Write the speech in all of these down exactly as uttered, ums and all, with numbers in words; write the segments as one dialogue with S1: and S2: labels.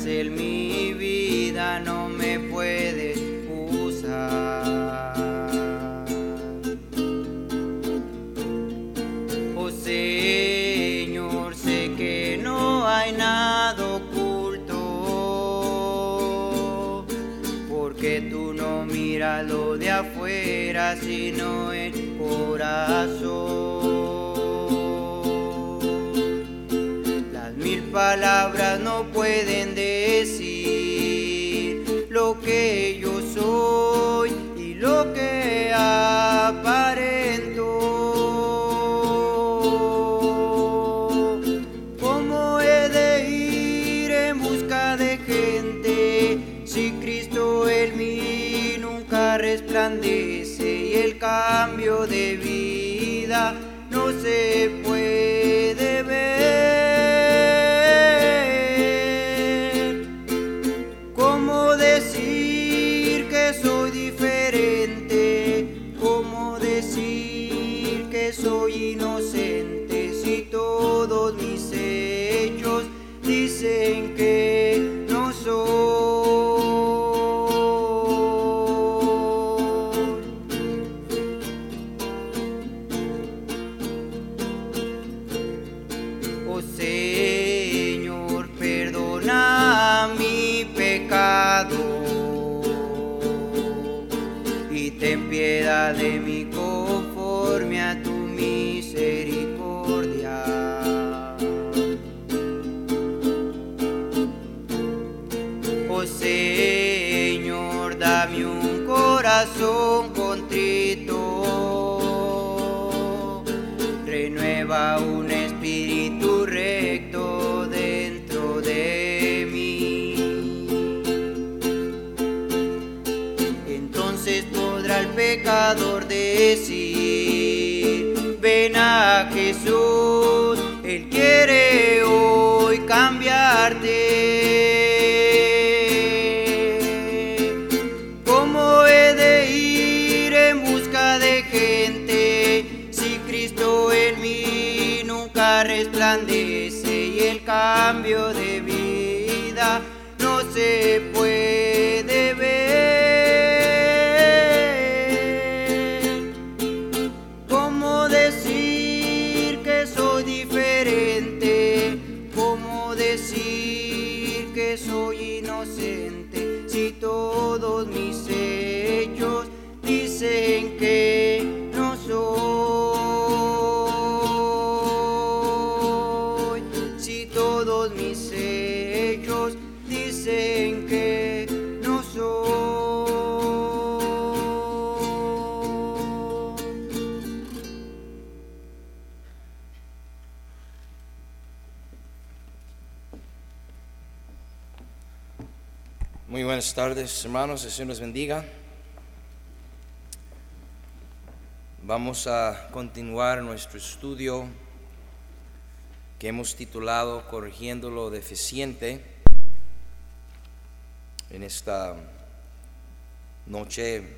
S1: cárcel mi vida no me puedes usar. Oh Señor, sé que no hay nada oculto, porque tú no miras lo de afuera, sino el corazón. Mil palabras no pueden decir lo que yo soy y lo que aparento. ¿Cómo he de ir en busca de gente si Cristo en mí nunca resplandece y el cambio de vida no se puede ver? ¿Cómo decir que soy diferente? ¿Cómo decir que soy inocente si todos mis hechos dicen que no soy? Oh Señor, perdona mi pecado y ten piedad de mí conforme a tu misericordia. Oh Señor, dame un corazón contrito, renueva un espíritu recto dentro de mí. Entonces podrá el pecador decir: ven a Jesús, Él quiere hoy cambiarte. ¿Cómo he de ir en busca de gente si Cristo en mí nunca resplandece y el cambio de vida no se puede ver? ¿Cómo decir que soy diferente? ¿Cómo decir que soy inocente si todos mis hechos dicen que no soy? Si todos mis hechos dicen que no soy.
S2: Muy buenas tardes, hermanos, el Señor los bendiga. Vamos a continuar nuestro estudio que hemos titulado Corrigiendo lo Deficiente. En esta noche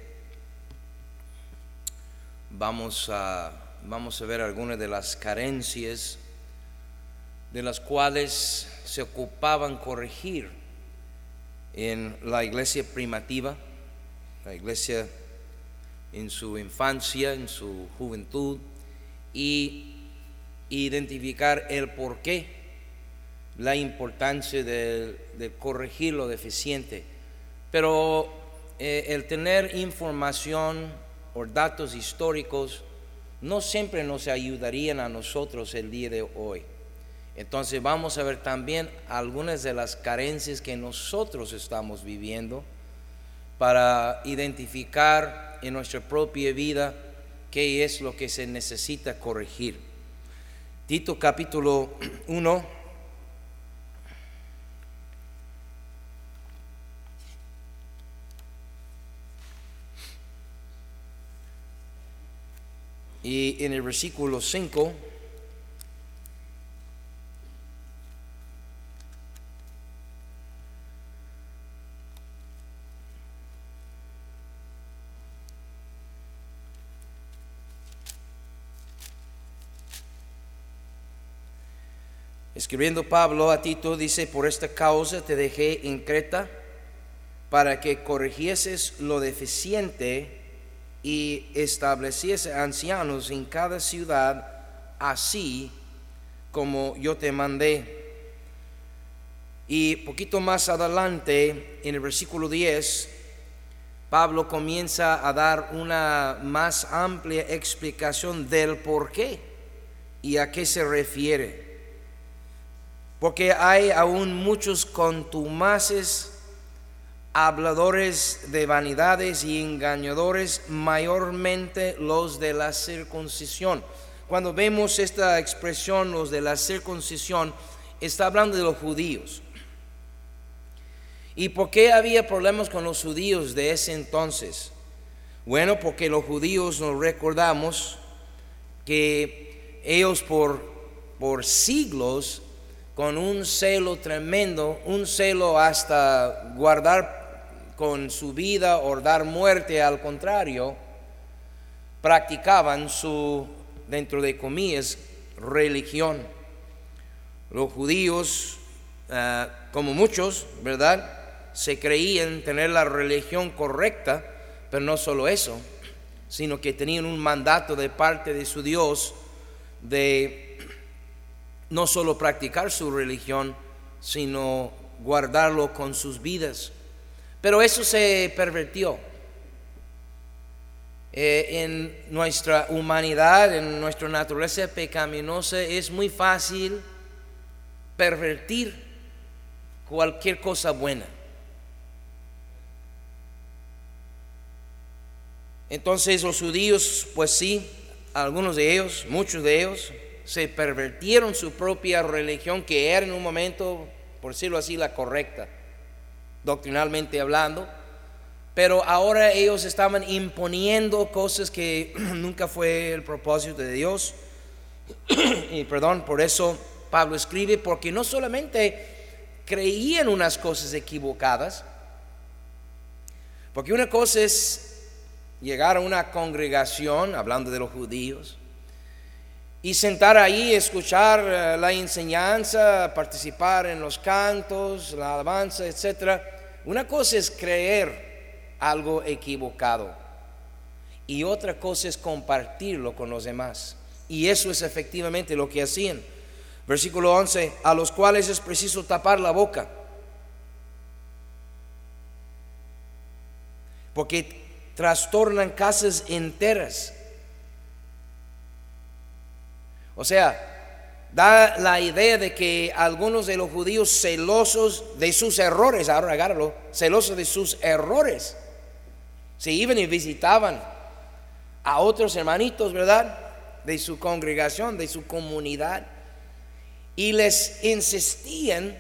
S2: vamos a, vamos a ver algunas de las carencias de las cuales se ocupaban corregir en la iglesia primitiva, la iglesia en su infancia, en su juventud, y identificar el porqué, la importancia de, de corregir lo deficiente. Pero eh, el tener información o datos históricos no siempre nos ayudarían a nosotros el día de hoy. Entonces vamos a ver también algunas de las carencias que nosotros estamos viviendo para identificar en nuestra propia vida qué es lo que se necesita corregir. Tito capítulo uno. Y en el versículo cinco Escribiendo Pablo a Tito, dice: por esta causa te dejé en Creta, para que corrigieses lo deficiente y estableciese ancianos en cada ciudad, así como yo te mandé. Y poquito más adelante, en el versículo diez, Pablo comienza a dar una más amplia explicación del por qué y a qué se refiere. Porque hay aún muchos contumaces, habladores de vanidades y engañadores, mayormente los de la circuncisión. Cuando vemos esta expresión, los de la circuncisión, está hablando de los judíos. ¿Y por qué había problemas con los judíos de ese entonces? Bueno, porque los judíos, nos recordamos que ellos por, por siglos, con un celo tremendo, un celo hasta guardar con su vida o dar muerte al contrario, practicaban su, dentro de comillas, religión. Los judíos, uh, como muchos, ¿verdad?, se creían tener la religión correcta, pero no solo eso, sino que tenían un mandato de parte de su Dios de no solo practicar su religión, sino guardarlo con sus vidas. Pero eso se pervirtió. Eh, en nuestra humanidad, en nuestra naturaleza pecaminosa, es muy fácil pervertir cualquier cosa buena. Entonces los judíos, pues sí, algunos de ellos, muchos de ellos, se pervirtieron su propia religión, que era en un momento, por decirlo así, la correcta, doctrinalmente hablando, pero ahora ellos estaban imponiendo cosas que nunca fue el propósito de Dios. Y perdón, por eso Pablo escribe, porque no solamente creían unas cosas equivocadas, porque una cosa es llegar a una congregación, hablando de los judíos, y sentar ahí, escuchar uh, la enseñanza, participar en los cantos, la alabanza, etcétera. Una cosa es creer algo equivocado y otra cosa es compartirlo con los demás, y eso es efectivamente lo que hacían. Versículo once: a los cuales es preciso tapar la boca, porque trastornan casas enteras. O sea, da la idea de que algunos de los judíos, celosos de sus errores, ahora agárralo, celosos de sus errores, se iban y visitaban a otros hermanitos, ¿verdad?, de su congregación, de su comunidad, y les insistían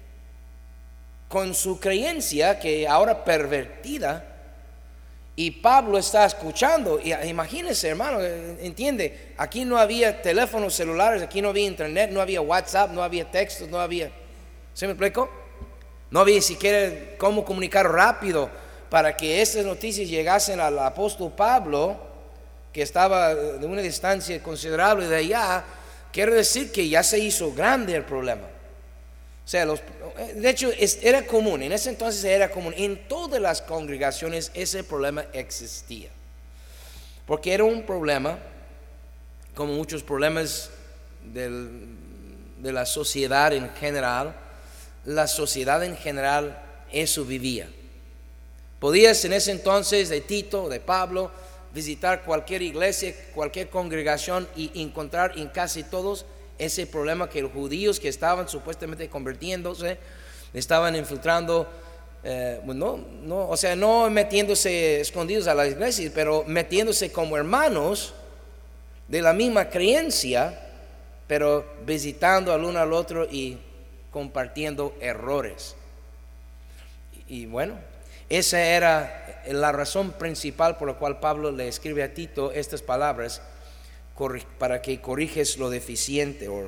S2: con su creencia, que ahora pervertida. Y Pablo está escuchando, y imagínense, hermano, entiende, aquí no había teléfonos celulares, aquí no había internet, no había WhatsApp, no había textos, no había, ¿se me explico? No había siquiera cómo comunicar rápido para que estas noticias llegasen al apóstol Pablo, que estaba de una distancia considerable de allá. Quiere decir que ya se hizo grande el problema. O sea, los, de hecho era común, en ese entonces era común, en todas las congregaciones ese problema existía, porque era un problema, como muchos problemas del, de la sociedad en general. La sociedad en general eso vivía. Podías en ese entonces, de Tito, de Pablo, visitar cualquier iglesia, cualquier congregación, y encontrar en casi todos ese problema, que los judíos que estaban supuestamente convirtiéndose, estaban infiltrando, eh, no, no, o sea, no metiéndose escondidos a las iglesias, pero metiéndose como hermanos de la misma creencia, pero visitando al uno al otro y compartiendo errores. Y, y bueno, esa era la razón principal por la cual Pablo le escribe a Tito estas palabras, para que corriges lo deficiente, o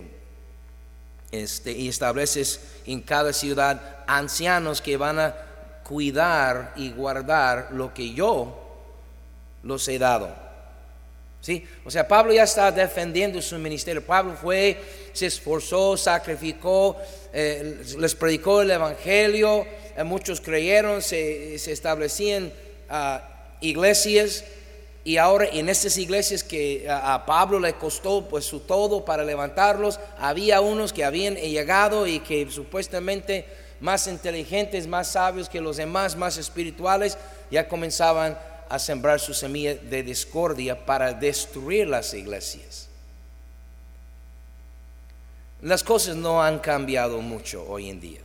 S2: este, y estableces en cada ciudad ancianos que van a cuidar y guardar lo que yo los he dado. ¿Sí? O sea, Pablo ya está defendiendo su ministerio. Pablo fue, se esforzó, sacrificó, eh, les predicó el evangelio, eh, muchos creyeron, se, se establecían uh, iglesias, y ahora en estas iglesias que a, a Pablo le costó pues su todo para levantarlos, había unos que habían llegado y que supuestamente más inteligentes, más sabios que los demás, más espirituales, ya comenzaban a sembrar su semilla de discordia para destruir las iglesias. Las cosas no han cambiado mucho hoy en día,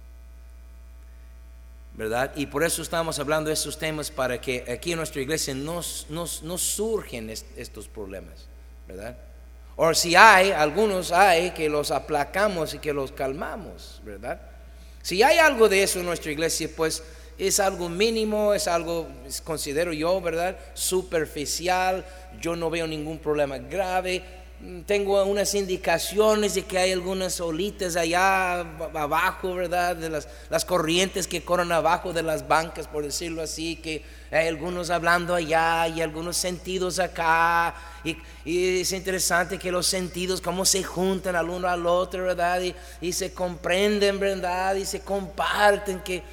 S2: ¿verdad? Y por eso estamos hablando de estos temas, para que aquí en nuestra iglesia no, no, no surgen est, estos problemas, ¿verdad? O si hay, algunos hay que los aplacamos y que los calmamos, ¿verdad? Si hay algo de eso en nuestra iglesia, pues es algo mínimo, es algo, considero yo, ¿verdad?, superficial. Yo no veo ningún problema grave. Tengo unas indicaciones de que hay algunas olitas allá abajo, ¿verdad?, de las, las corrientes que corren abajo de las bancas, por decirlo así, que hay algunos hablando allá y algunos sentidos acá, y, y es interesante que los sentidos cómo se juntan al uno al otro, ¿verdad?, y, y se comprenden, ¿verdad?, y se comparten. Que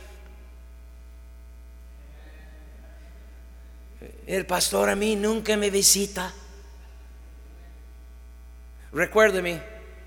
S2: el pastor a mí nunca me visita. Recuérdeme,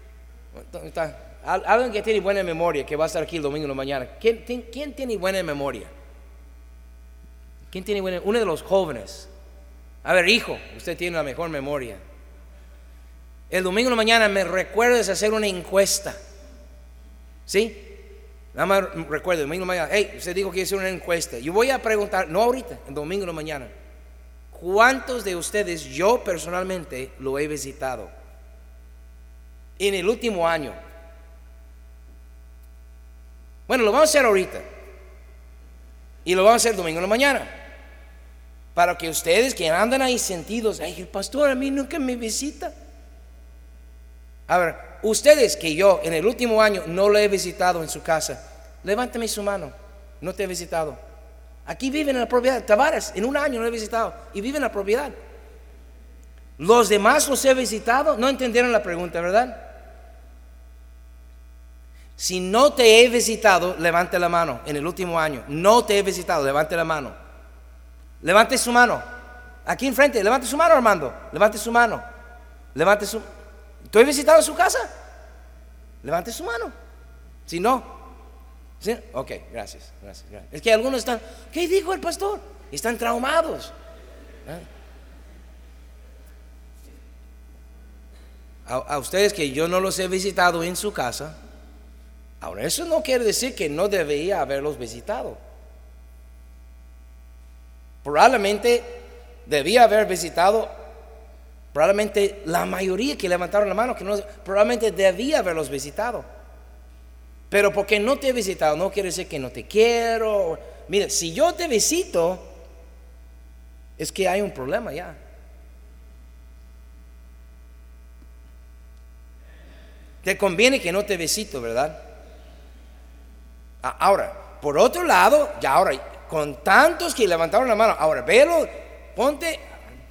S2: alguien que tiene buena memoria, que va a estar aquí el domingo en la mañana. ¿Quién, quién tiene buena memoria? ¿Quién tiene buena? Uno de los jóvenes. A ver, hijo, usted tiene la mejor memoria. El domingo en la mañana me recuerdes hacer una encuesta. ¿Sí? Nada más recuerdo, el domingo en la mañana. Hey, usted dijo que iba a hacer una encuesta. Yo voy a preguntar, no ahorita, el domingo en la mañana. ¿Cuántos de ustedes, yo personalmente, lo he visitado en el último año? Bueno, lo vamos a hacer ahorita. Y lo vamos a hacer el domingo en la mañana. Para que ustedes que andan ahí sentidos, ay, el pastor a mí nunca me visita. A ver, ustedes que yo en el último año no lo he visitado en su casa, levántame su mano. No te he visitado. Aquí viven en la propiedad. Tavares, en un año no lo he visitado y viven en la propiedad. Los demás los he visitado. No entendieron la pregunta, ¿verdad? Si no te he visitado, levante la mano. En el último año no te he visitado, levante la mano. Levante su mano. Aquí enfrente, levante su mano, Armando. Levante su mano. Levante su. ¿Tú has visitado su casa? Levante su mano. Si no, ¿sí? Ok, gracias, gracias, gracias. Es que algunos están, ¿qué dijo el pastor? Están traumados. ¿Eh? A, a ustedes que yo no los he visitado en su casa, ahora eso no quiere decir que no debería haberlos visitado. Probablemente debía haber visitado. Probablemente la mayoría que levantaron la mano, que no, probablemente debía haberlos visitado. Pero porque no te he visitado, no quiere decir que no te quiero. Mira, si yo te visito, es que hay un problema ya. Te conviene que no te visito, ¿verdad? Ahora, por otro lado, ya ahora, con tantos que levantaron la mano, ahora, velo, ponte.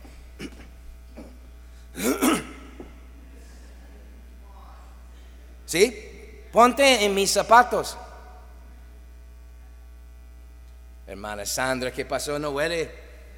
S2: ¿Sí? Ponte en mis zapatos. Hermana Sandra, ¿qué pasó? No huele.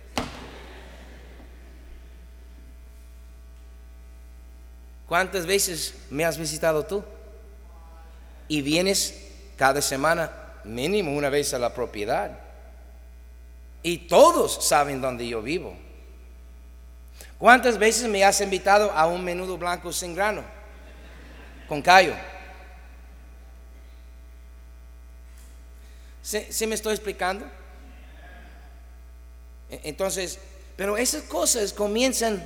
S2: ¿Cuántas veces me has visitado tú? Y vienes cada semana, mínimo una vez a la propiedad. Y todos saben dónde yo vivo. ¿Cuántas veces me has invitado a un menudo blanco sin grano? Con callo. ¿Se, ¿Se me estoy explicando? Entonces, pero esas cosas comienzan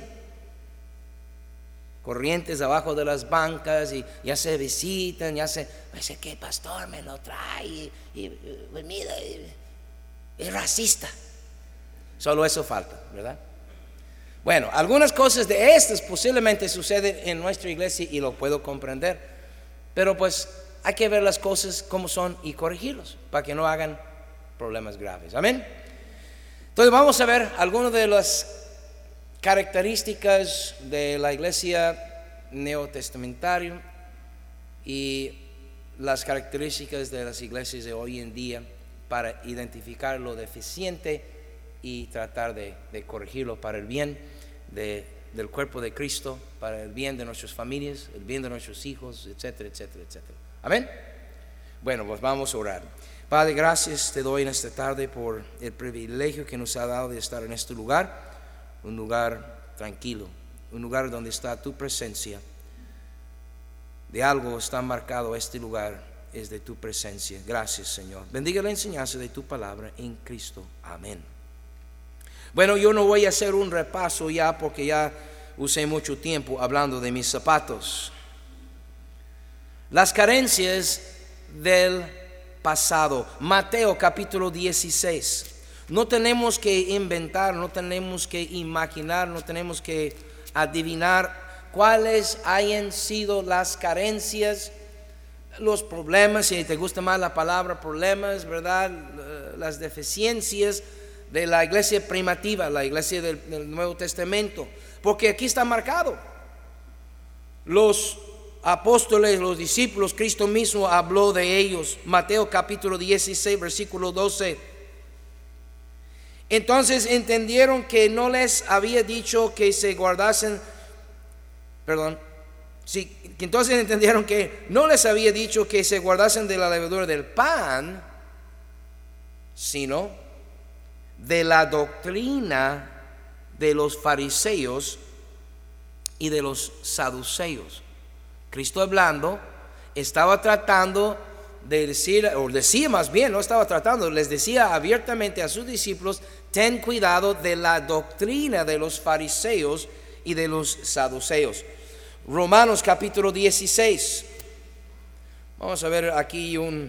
S2: corrientes abajo de las bancas y ya se visitan, ya se, dice que pastor me lo trae y, y, y mira, es racista. Solo eso falta, ¿verdad? Bueno, algunas cosas de estas posiblemente suceden en nuestra iglesia y lo puedo comprender, pero pues hay que ver las cosas como son y corregirlos para que no hagan problemas graves. Amén. Entonces vamos a ver algunas de las características de la iglesia neotestamentaria y las características de las iglesias de hoy en día para identificar lo deficiente y tratar de, de corregirlo para el bien de, del cuerpo de Cristo, para el bien de nuestras familias, el bien de nuestros hijos, etcétera, etcétera, etcétera. Amén. Bueno, pues vamos a orar. Padre, gracias te doy en esta tarde por el privilegio que nos ha dado de estar en este lugar, un lugar tranquilo, un lugar donde está tu presencia. De algo está marcado este lugar, es de tu presencia. Gracias, Señor. Bendiga la enseñanza de tu palabra en Cristo. Amén. Bueno, yo no voy a hacer un repaso ya porque ya usé mucho tiempo hablando de mis zapatos. Las carencias del pasado. Mateo capítulo dieciséis. No tenemos que inventar, no tenemos que imaginar, no tenemos que adivinar cuáles hayan sido las carencias, los problemas, si te gusta más la palabra problemas, ¿verdad? Las deficiencias de la iglesia primitiva, la iglesia del, del Nuevo Testamento, porque aquí está marcado. Los apóstoles, los discípulos, Cristo mismo habló de ellos. Mateo capítulo dieciséis, versículo doce. Entonces entendieron que no les había dicho que se guardasen, perdón, sí, entonces entendieron que no les había dicho que se guardasen de la levadura del pan, sino de la doctrina de los fariseos y de los saduceos. Cristo hablando estaba tratando de decir, o decía más bien, no estaba tratando, les decía abiertamente a sus discípulos: ten cuidado de la doctrina de los fariseos y de los saduceos. Romanos capítulo dieciséis. Vamos a ver aquí un,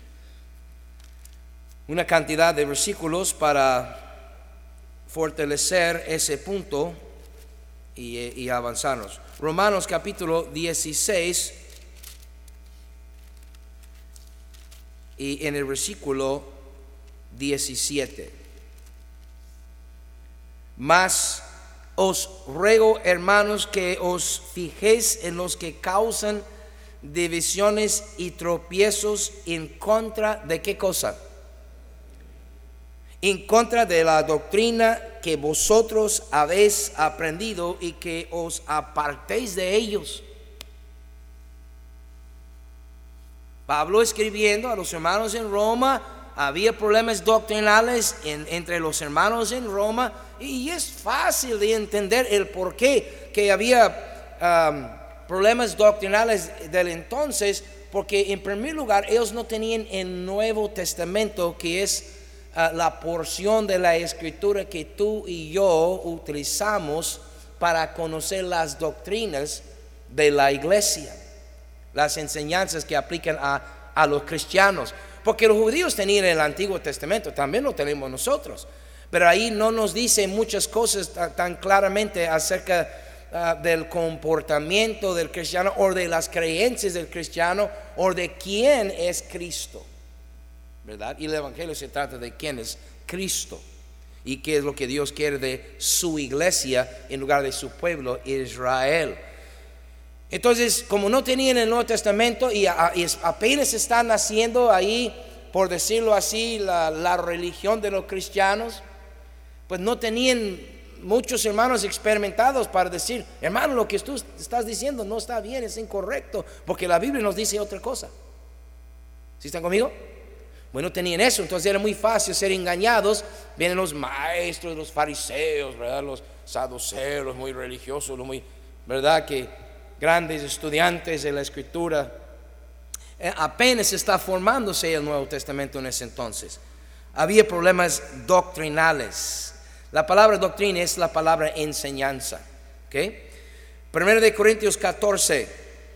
S2: una cantidad de versículos para fortalecer ese punto y, y avanzarnos. Romanos capítulo dieciséis y en el versículo diecisiete. Mas os ruego, hermanos, que os fijéis en los que causan divisiones y tropiezos en contra de qué cosa? En contra de la doctrina que vosotros habéis aprendido y que os apartéis de ellos. Pablo escribiendo a los hermanos en Roma. Había problemas doctrinales en, entre los hermanos en Roma, y es fácil de entender el por qué que había um, problemas doctrinales del entonces, porque en primer lugar ellos no tenían el Nuevo Testamento, que es uh, la porción de la Escritura que tú y yo utilizamos para conocer las doctrinas de la iglesia, las enseñanzas que aplican a, a los cristianos. Porque los judíos tenían el Antiguo Testamento, también lo tenemos nosotros, pero ahí no nos dice muchas cosas tan, tan claramente acerca uh, del comportamiento del cristiano, o de las creencias del cristiano, o de quién es Cristo, ¿verdad? Y el Evangelio se trata de quién es Cristo y qué es lo que Dios quiere de su iglesia en lugar de su pueblo Israel. Entonces, como no tenían el Nuevo Testamento y, a, y apenas están naciendo ahí, por decirlo así, la, la religión de los cristianos, pues no tenían muchos hermanos experimentados para decir: hermano, lo que tú estás diciendo no está bien, es incorrecto, porque la Biblia nos dice otra cosa. ¿Sí están conmigo? Bueno, tenían eso, entonces era muy fácil ser engañados. Vienen los maestros, los fariseos, ¿verdad? Los saduceos, los muy religiosos, los muy, ¿verdad? Que grandes estudiantes de la Escritura. Eh, apenas está formándose el Nuevo Testamento en ese entonces. Había problemas doctrinales. La palabra doctrina es la palabra enseñanza. ¿Okay? Primero de Corintios catorce.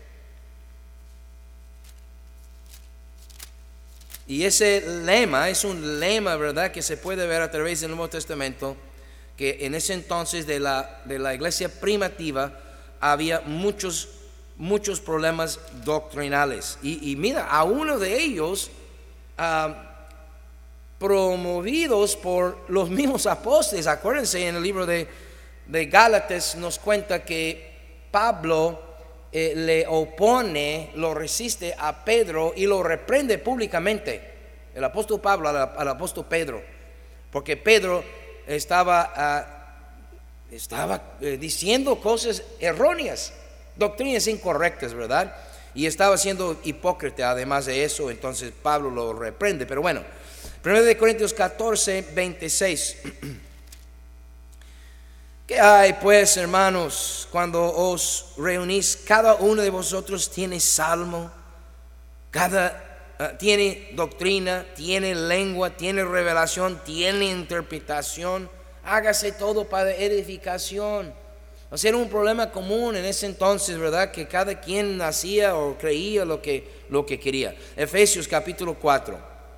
S2: Y ese lema es un lema, ¿verdad?, que se puede ver a través del Nuevo Testamento, que en ese entonces de la, de la iglesia primitiva había muchos, muchos problemas doctrinales. Y, y mira, a uno de ellos, uh, promovidos por los mismos apóstoles. Acuérdense en el libro de de Gálatas nos cuenta que Pablo eh, le opone, lo resiste a Pedro y lo reprende públicamente. El apóstol Pablo al, al apóstol Pedro, porque Pedro estaba, uh, estaba eh, diciendo cosas erróneas, doctrinas incorrectas, ¿verdad? Y estaba siendo hipócrita además de eso. Entonces Pablo lo reprende. Pero bueno, primero de Corintios catorce, veintiséis. ¿Qué hay pues, hermanos, cuando os reunís? Cada uno de vosotros tiene salmo, cada uh, tiene doctrina, tiene lengua, tiene revelación, tiene interpretación. Hágase todo para edificación. O sea, era un problema común en ese entonces, ¿verdad? Que cada quien hacía o creía lo que, lo que quería. Efesios capítulo cuatro.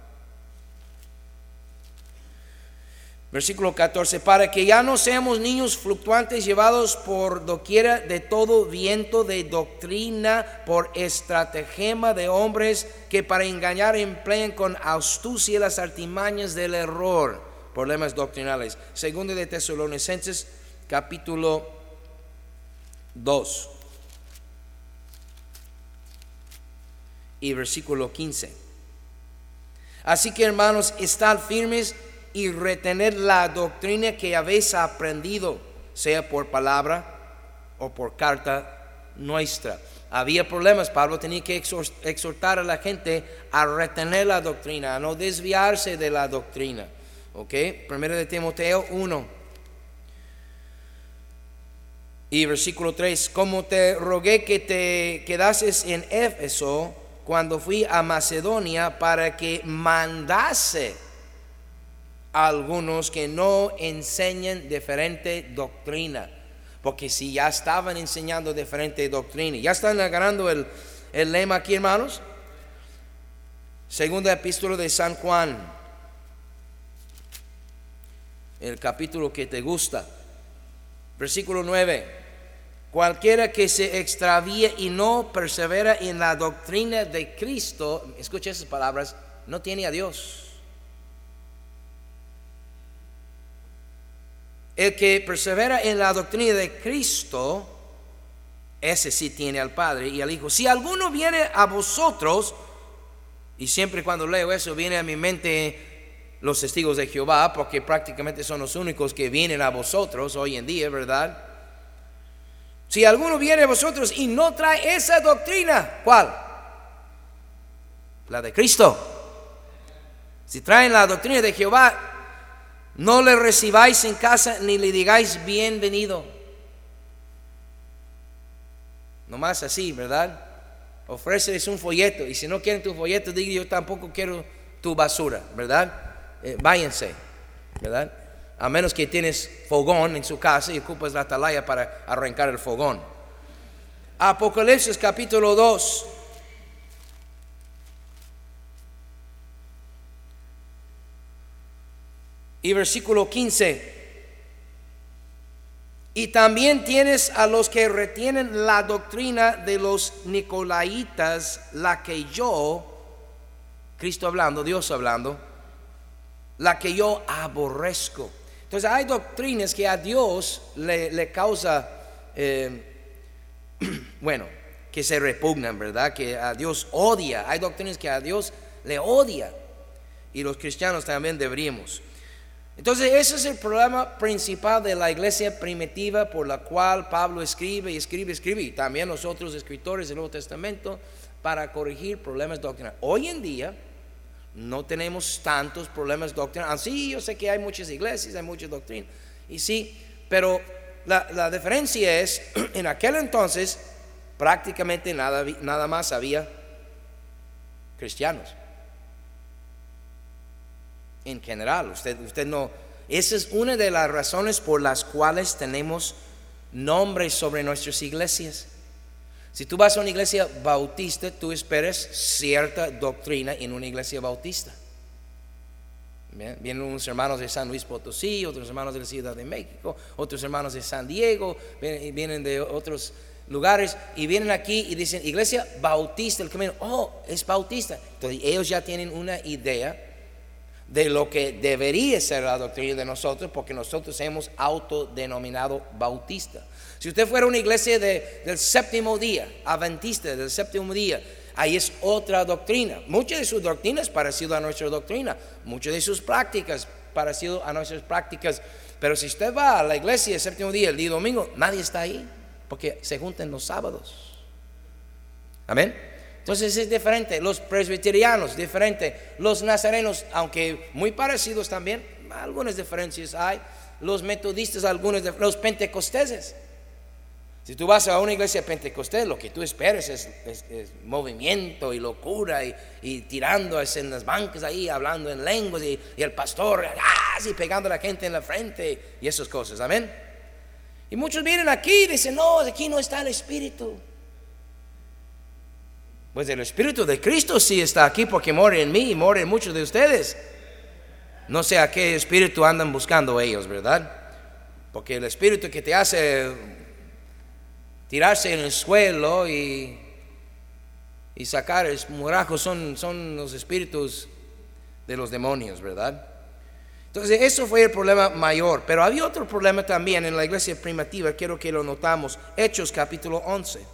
S2: Versículo catorce. Para que ya no seamos niños fluctuantes llevados por doquiera de todo viento de doctrina, por estratagema de hombres que para engañar emplean con astucia las artimañas del error. Problemas doctrinales. Segundo de Tesalonicenses capítulo dos y versículo quince. Así que, hermanos, estad firmes y retener la doctrina que habéis aprendido, sea por palabra o por carta nuestra. Había problemas. Pablo tenía que exhortar a la gente a retener la doctrina, a no desviarse de la doctrina. Ok, primero de Timoteo uno y versículo tres. Como te rogué que te quedases en Éfeso cuando fui a Macedonia, para que mandase a algunos que no enseñen diferente doctrina. Porque si ya estaban enseñando diferente doctrina, ya están agarrando el, el lema aquí, hermanos. Segunda epístola de San Juan, el capítulo que te gusta, versículo nueve. Cualquiera que se extravíe y no persevera en la doctrina de Cristo, escucha esas palabras, no tiene a Dios. El que persevera en la doctrina de Cristo, ese sí tiene al Padre y al Hijo. Si alguno viene a vosotros, y siempre cuando leo eso viene a mi mente los testigos de Jehová, porque prácticamente son los únicos que vienen a vosotros hoy en día, ¿verdad? Si alguno viene a vosotros y no trae esa doctrina, ¿cuál? La de Cristo. Si traen la doctrina de Jehová, no le recibáis en casa ni le digáis bienvenido. Nomás así, ¿verdad? Ofréceles un folleto, y si no quieren tu folleto, diga yo tampoco quiero tu basura, ¿verdad? Eh, váyanse, ¿verdad? A menos que tienes fogón en su casa y ocupas la atalaya para arrancar el fogón. Apocalipsis capítulo dos. Y versículo quince. Y también tienes a los que retienen la doctrina de los nicolaitas, la que yo, Cristo hablando, Dios hablando, la que yo aborrezco. Entonces hay doctrinas que a Dios le, le causa, eh, bueno, que se repugnan, ¿verdad? Que a Dios odia. Hay doctrinas que a Dios le odia. Y los cristianos también deberíamos. Entonces ese es el problema principal de la iglesia primitiva, por la cual Pablo escribe y escribe, escribe, y también los otros escritores del Nuevo Testamento, para corregir problemas doctrinales. Hoy en día no tenemos tantos problemas doctrinales. Sí, yo sé que hay muchas iglesias, hay mucha doctrina, y sí, pero la, la diferencia es, en aquel entonces prácticamente nada, nada más había cristianos. En general, usted, usted no. Esa es una de las razones por las cuales tenemos nombres sobre nuestras iglesias. Si tú vas a una iglesia bautista, tú esperas cierta doctrina en una iglesia bautista. Bien, vienen unos hermanos de San Luis Potosí, otros hermanos de la Ciudad de México, otros hermanos de San Diego, vienen de otros lugares y vienen aquí y dicen iglesia bautista, el camino, oh, es bautista. Entonces ellos ya tienen una idea de lo que debería ser la doctrina de nosotros, porque nosotros hemos autodenominado bautista. Si usted fuera una iglesia de, del séptimo día, adventista del séptimo día, ahí es otra doctrina. Muchas de sus doctrinas es parecido a nuestra doctrina, muchas de sus prácticas parecido a nuestras prácticas. Pero si usted va a la iglesia el séptimo día, el día domingo, nadie está ahí, porque se juntan los sábados. Amén. Entonces es diferente. Los presbiterianos, diferente. Los nazarenos, aunque muy parecidos también, algunas diferencias hay. Los metodistas, algunos, los pentecosteses. Si tú vas a una iglesia pentecostés, lo que tú esperas es, es, es movimiento y locura y, y tirando en las bancas ahí, hablando en lenguas y, y el pastor así pegando a la gente en la frente y esas cosas. Amén. Y muchos vienen aquí y dicen, no, aquí no está el Espíritu. Pues el Espíritu de Cristo sí está aquí, porque mora en mí y mora en muchos de ustedes. No sé a qué espíritu andan buscando ellos, ¿verdad? Porque el espíritu que te hace tirarse en el suelo y, y sacar esmurajos son, son los espíritus de los demonios, ¿verdad? Entonces eso fue el problema mayor. Pero había otro problema también en la iglesia primitiva. Quiero que lo notamos. Hechos capítulo once.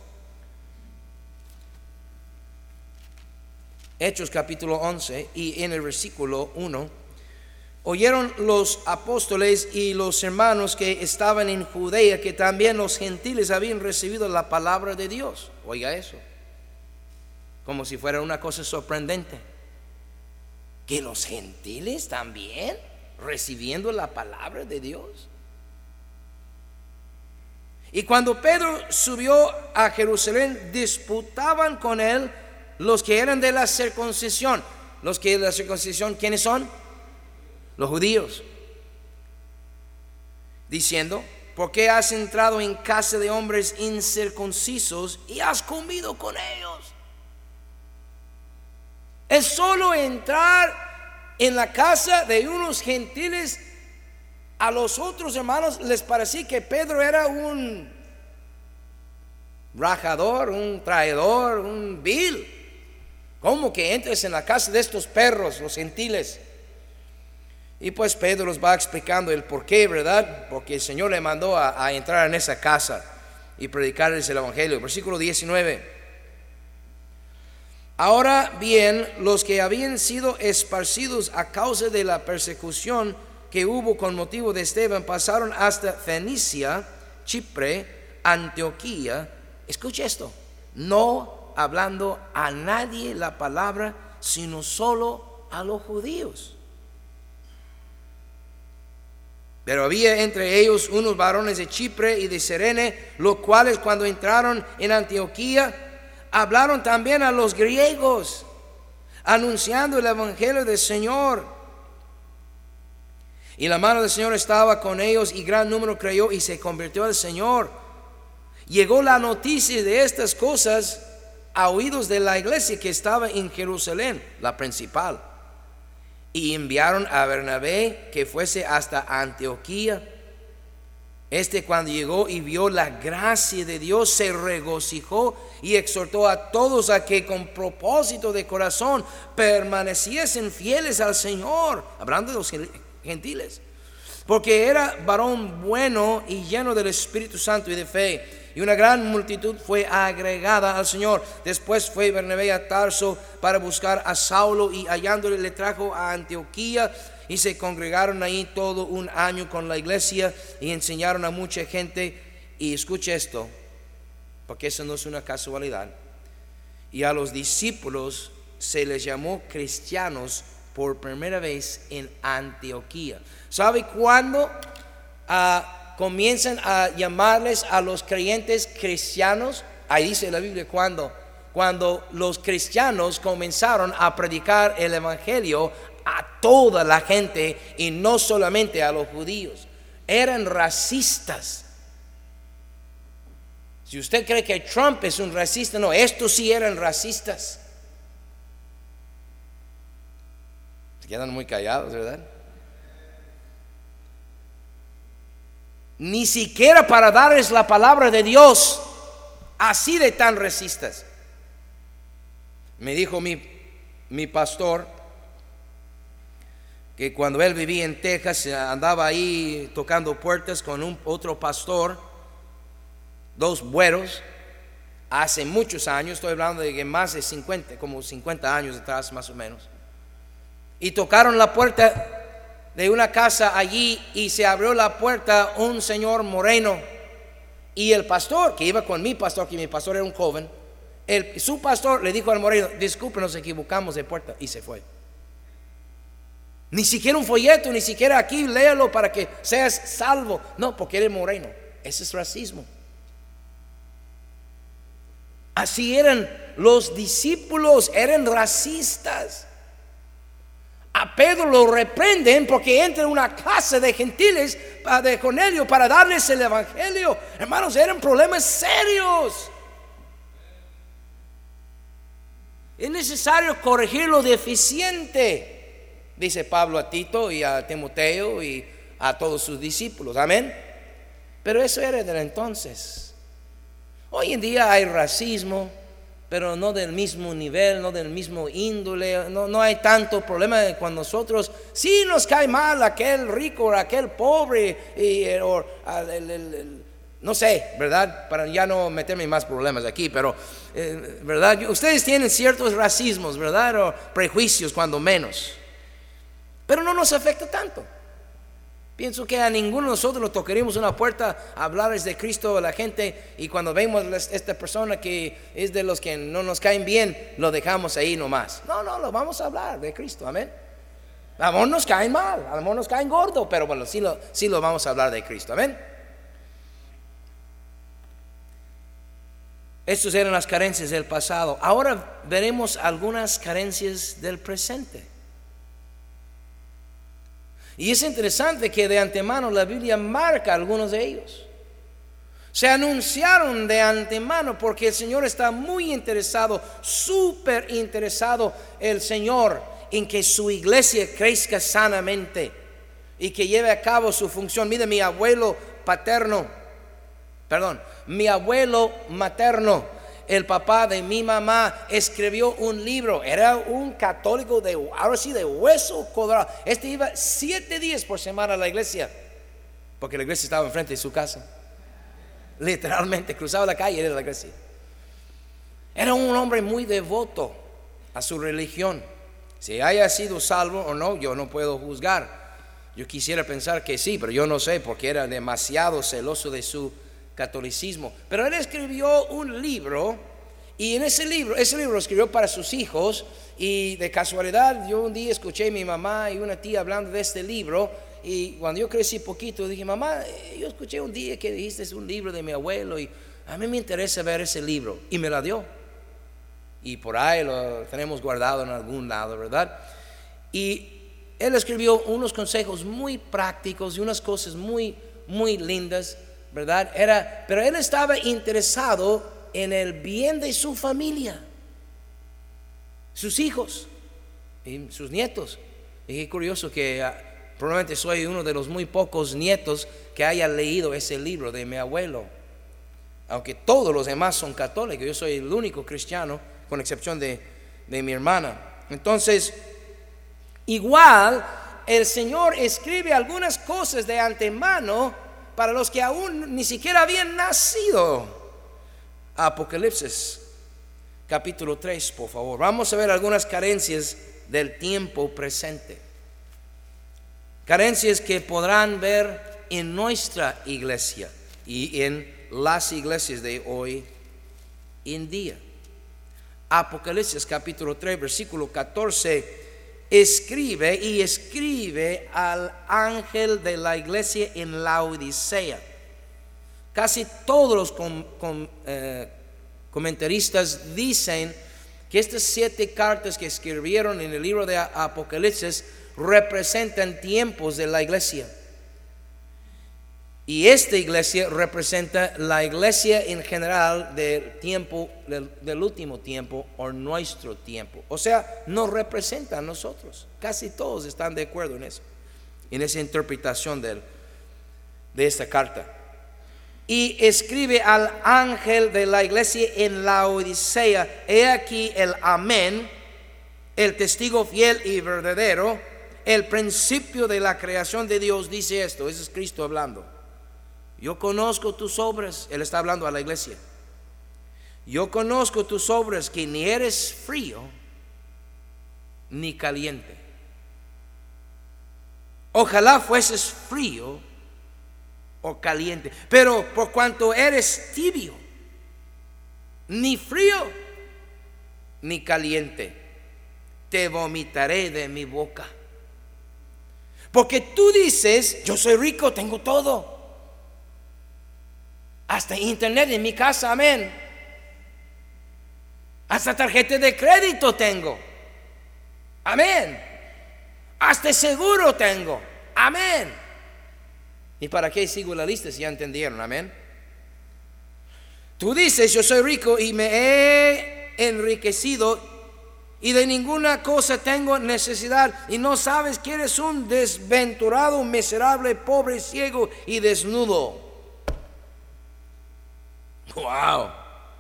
S2: Hechos capítulo once, y en el versículo uno, oyeron los apóstoles y los hermanos que estaban en Judea que también los gentiles habían recibido la palabra de Dios. Oiga eso, como si fuera una cosa sorprendente, que los gentiles también recibiendo la palabra de Dios. Y cuando Pedro subió a Jerusalén, disputaban con él los que eran de la circuncisión. Los que de la circuncisión, ¿quiénes son? Los judíos. Diciendo, ¿por qué has entrado en casa de hombres incircuncisos y has comido con ellos? Es solo entrar en la casa de unos gentiles. A los otros hermanos les parecía que Pedro era un rajador, un traidor, un vil. ¿Cómo que entres en la casa de estos perros, los gentiles? Y pues Pedro los va explicando el por qué, ¿verdad? Porque el Señor le mandó a, a entrar en esa casa y predicarles el evangelio. Versículo diecinueve. Ahora bien, los que habían sido esparcidos a causa de la persecución que hubo con motivo de Esteban pasaron hasta Fenicia, Chipre, Antioquía. Escucha esto, no hablando a nadie la palabra, sino solo a los judíos. Pero había entre ellos unos varones de Chipre y de Cirene, los cuales cuando entraron en Antioquía hablaron también a los griegos, anunciando el evangelio del Señor. Y la mano del Señor estaba con ellos, y gran número creyó y se convirtió al Señor. Llegó la noticia de estas cosas a oídos de la iglesia que estaba en Jerusalén, la principal, y enviaron a Bernabé que fuese hasta Antioquía. Este, cuando llegó y vio la gracia de Dios, se regocijó y exhortó a todos a que con propósito de corazón permaneciesen fieles al Señor, hablando de los gentiles, porque era varón bueno y lleno del Espíritu Santo y de fe. Y una gran multitud fue agregada al Señor. Después fue Bernabé a Tarso para buscar a Saulo, y hallándole le trajo a Antioquía, y se congregaron ahí todo un año con la iglesia y enseñaron a mucha gente. Y escucha esto, porque eso no es una casualidad. Y a los discípulos se les llamó cristianos por primera vez en Antioquía. ¿Sabe cuándo uh, comienzan a llamarles a los creyentes cristianos? Ahí dice la Biblia cuando, cuando los cristianos comenzaron a predicar el evangelio a toda la gente y no solamente a los judíos. Eran racistas. Si usted cree que Trump es un racista, no, estos sí eran racistas. Se quedan muy callados, ¿verdad? Ni siquiera para darles la palabra de Dios, así de tan racistas. Me dijo mi, mi pastor que cuando él vivía en Texas andaba ahí tocando puertas con un, otro pastor, dos güeros, hace muchos años, estoy hablando de que más de cincuenta, como cincuenta años atrás más o menos, y tocaron la puerta de una casa allí y se abrió la puerta un señor moreno, y el pastor que iba con mi pastor, que mi pastor era un joven, el, su pastor le dijo al moreno: disculpe, nos equivocamos de puerta, y se fue. Ni siquiera un folleto, ni siquiera aquí léalo para que seas salvo. No, porque eres moreno. Ese es racismo. Así eran los discípulos, eran racistas. A Pedro lo reprenden porque entra en una casa de gentiles de Cornelio para darles el evangelio. Hermanos, eran problemas serios. Es necesario corregir lo deficiente, dice Pablo a Tito y a Timoteo y a todos sus discípulos. Amén. Pero eso era del entonces. Hoy en día hay racismo, pero no del mismo nivel, no del mismo índole. No, no hay tanto problema con nosotros. Sí nos cae mal aquel rico o aquel pobre, y, o, el, el, el, no sé, ¿verdad? Para ya no meterme en más problemas aquí, pero eh, ¿verdad? Ustedes tienen ciertos racismos, ¿verdad? O prejuicios cuando menos. Pero no nos afecta tanto. Pienso que a ninguno de nosotros nos tocaríamos una puerta a hablarles de Cristo a la gente, y cuando vemos a esta persona que es de los que no nos caen bien, lo dejamos ahí nomás. No, no, lo vamos a hablar de Cristo, amén. A lo mejor nos caen mal, a lo mejor nos caen gordo, pero bueno, sí lo, sí lo vamos a hablar de Cristo, amén. Estas eran las carencias del pasado. Ahora veremos algunas carencias del presente. Y es interesante que de antemano la Biblia marca algunos de ellos. Se anunciaron de antemano porque el Señor está muy interesado, súper interesado el Señor en que su iglesia crezca sanamente y que lleve a cabo su función. Mire, mi abuelo paterno, perdón, mi abuelo materno, el papá de mi mamá, escribió un libro. Era un católico de, ahora sí, de hueso colorado. Este iba siete días por semana a la iglesia, porque la iglesia estaba enfrente de su casa. Literalmente cruzaba la calle y era la iglesia. Era un hombre muy devoto a su religión. Si haya sido salvo o no, yo no puedo juzgar. Yo quisiera pensar que sí, pero yo no sé, porque era demasiado celoso de su catolicismo. Pero él escribió un libro, y en ese libro, ese libro lo escribió para sus hijos. Y de casualidad yo un día escuché a mi mamá y una tía hablando de este libro, y cuando yo crecí poquito dije: mamá, yo escuché un día que dijiste es un libro de mi abuelo y a mí me interesa ver ese libro, y me la dio, y por ahí lo tenemos guardado en algún lado, ¿verdad? Y él escribió unos consejos muy prácticos y unas cosas muy, muy lindas, ¿verdad? Era, pero él estaba interesado en el bien de su familia, sus hijos y sus nietos. Y qué curioso que uh, probablemente soy uno de los muy pocos nietos que haya leído ese libro de mi abuelo, aunque todos los demás son católicos. Yo soy el único cristiano, con excepción de, de mi hermana. Entonces, igual el Señor escribe algunas cosas de antemano para los que aún ni siquiera habían nacido. Apocalipsis capítulo tres, por favor. Vamos a ver algunas carencias del tiempo presente. Carencias que podrán ver en nuestra iglesia y en las iglesias de hoy en día. Apocalipsis capítulo tres, versículo catorce. Escribe y escribe al ángel de la iglesia en Laodicea. Casi todos los com, com, eh, comentaristas dicen que estas siete cartas que escribieron en el libro de Apocalipsis representan tiempos de la iglesia. Y esta iglesia representa la iglesia en general del tiempo, del, del último tiempo, o nuestro tiempo. O sea, nos representa a nosotros. Casi todos están de acuerdo en eso, en esa interpretación de, de esta carta. Y escribe al ángel de la iglesia en Laodicea: he aquí el amén, el testigo fiel y verdadero, el principio de la creación de Dios dice esto. Ese es Cristo hablando. Yo conozco tus obras. Él está hablando a la iglesia. Yo conozco tus obras, que ni eres frío ni caliente. Ojalá fueses frío o caliente, pero por cuanto eres tibio, ni frío ni caliente, te vomitaré de mi boca. Porque tú dices, yo soy rico, tengo todo, hasta internet en mi casa, amén. Hasta tarjeta de crédito tengo, amén. Hasta seguro tengo, amén. ¿Y para qué sigo la lista si ya entendieron, amén? Tú dices, yo soy rico y me he enriquecido y de ninguna cosa tengo necesidad, y no sabes que eres un desventurado, miserable, pobre, ciego y desnudo. Wow.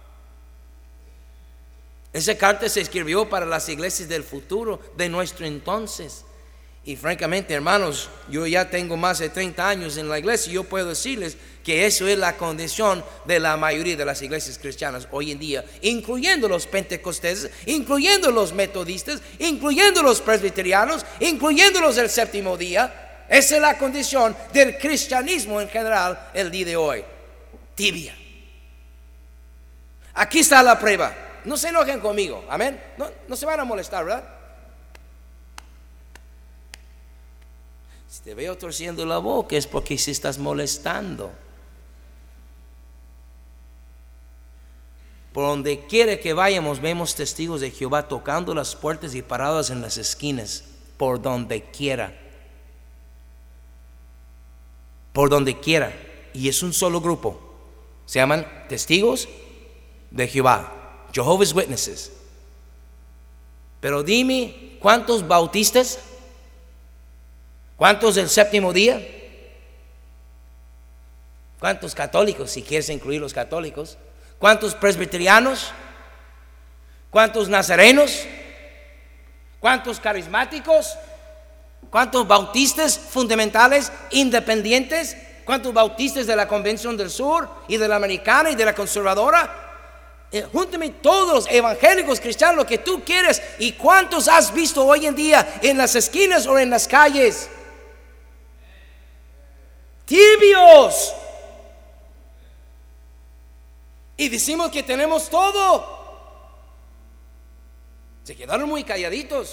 S2: Esa carta se escribió para las iglesias del futuro, de nuestro entonces. Y francamente, hermanos, yo ya tengo más de treinta años en la iglesia y yo puedo decirles que eso es la condición de la mayoría de las iglesias cristianas hoy en día, incluyendo los pentecostales, incluyendo los metodistas, incluyendo los presbiterianos, incluyendo los del séptimo día. Esa es la condición del cristianismo en general el día de hoy. Tibia. Aquí está la prueba. No se enojen conmigo, amén. No, no se van a molestar, ¿verdad? Si te veo torciendo la boca es porque si estás molestando. Por donde quiera que vayamos, vemos testigos de Jehová tocando las puertas y parados en las esquinas. Por donde quiera. Por donde quiera. Y es un solo grupo. Se llaman testigos de Jehová, Jehovah's Witnesses. Pero dime, ¿cuántos bautistas? ¿Cuántos del séptimo día? ¿Cuántos católicos, si quieres incluir los católicos? ¿Cuántos presbiterianos? ¿Cuántos nazarenos? ¿Cuántos carismáticos? ¿Cuántos bautistas fundamentales independientes? ¿Cuántos bautistas de la Convención del Sur y de la Americana y de la Conservadora? Eh, júntame todos los evangélicos cristianos, lo que tú quieres. ¿Y cuántos has visto hoy en día en las esquinas o en las calles? Tibios. Y decimos que tenemos todo. Se quedaron muy calladitos.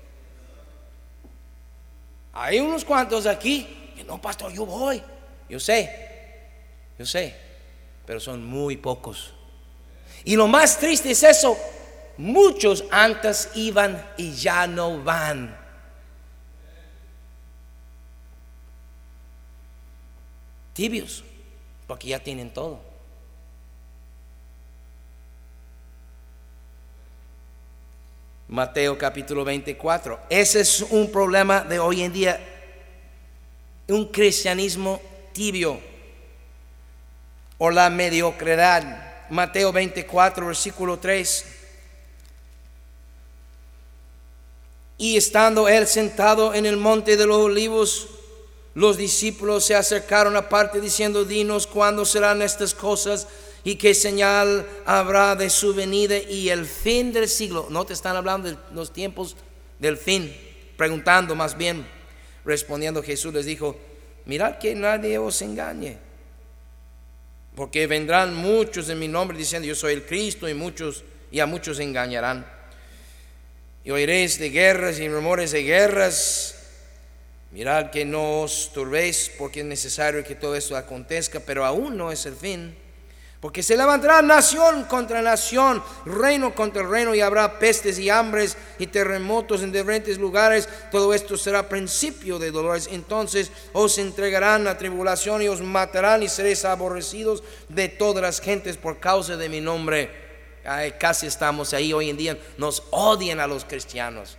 S2: Hay unos cuantos aquí que no, pastor, yo voy. Yo sé, yo sé, pero son muy pocos. Y lo más triste es eso. Muchos antes iban y ya no van. Tibios, porque ya tienen todo. Mateo capítulo veinticuatro. Ese es un problema de hoy en día. Un cristianismo tibio o la mediocridad. Mateo veinticuatro, versículo tres. Y estando él sentado en el monte de los olivos, los discípulos se acercaron aparte diciendo, dinos cuándo serán estas cosas y qué señal habrá de su venida y el fin del siglo. No te están hablando de los tiempos del fin, preguntando más bien. Respondiendo Jesús les dijo, mirad que nadie os engañe, porque vendrán muchos en mi nombre diciendo yo soy el Cristo, y muchos y a muchos engañarán. Y oiréis de guerras y rumores de guerras. Mirad que no os turbéis, porque es necesario que todo esto acontezca, pero aún no es el fin. Porque se levantará nación contra nación, reino contra reino, y habrá pestes y hambres y terremotos en diferentes lugares. Todo esto será principio de dolores. Entonces os entregarán a tribulación y os matarán y seréis aborrecidos de todas las gentes por causa de mi nombre. Ay, casi estamos ahí hoy en día. Nos odian a los cristianos.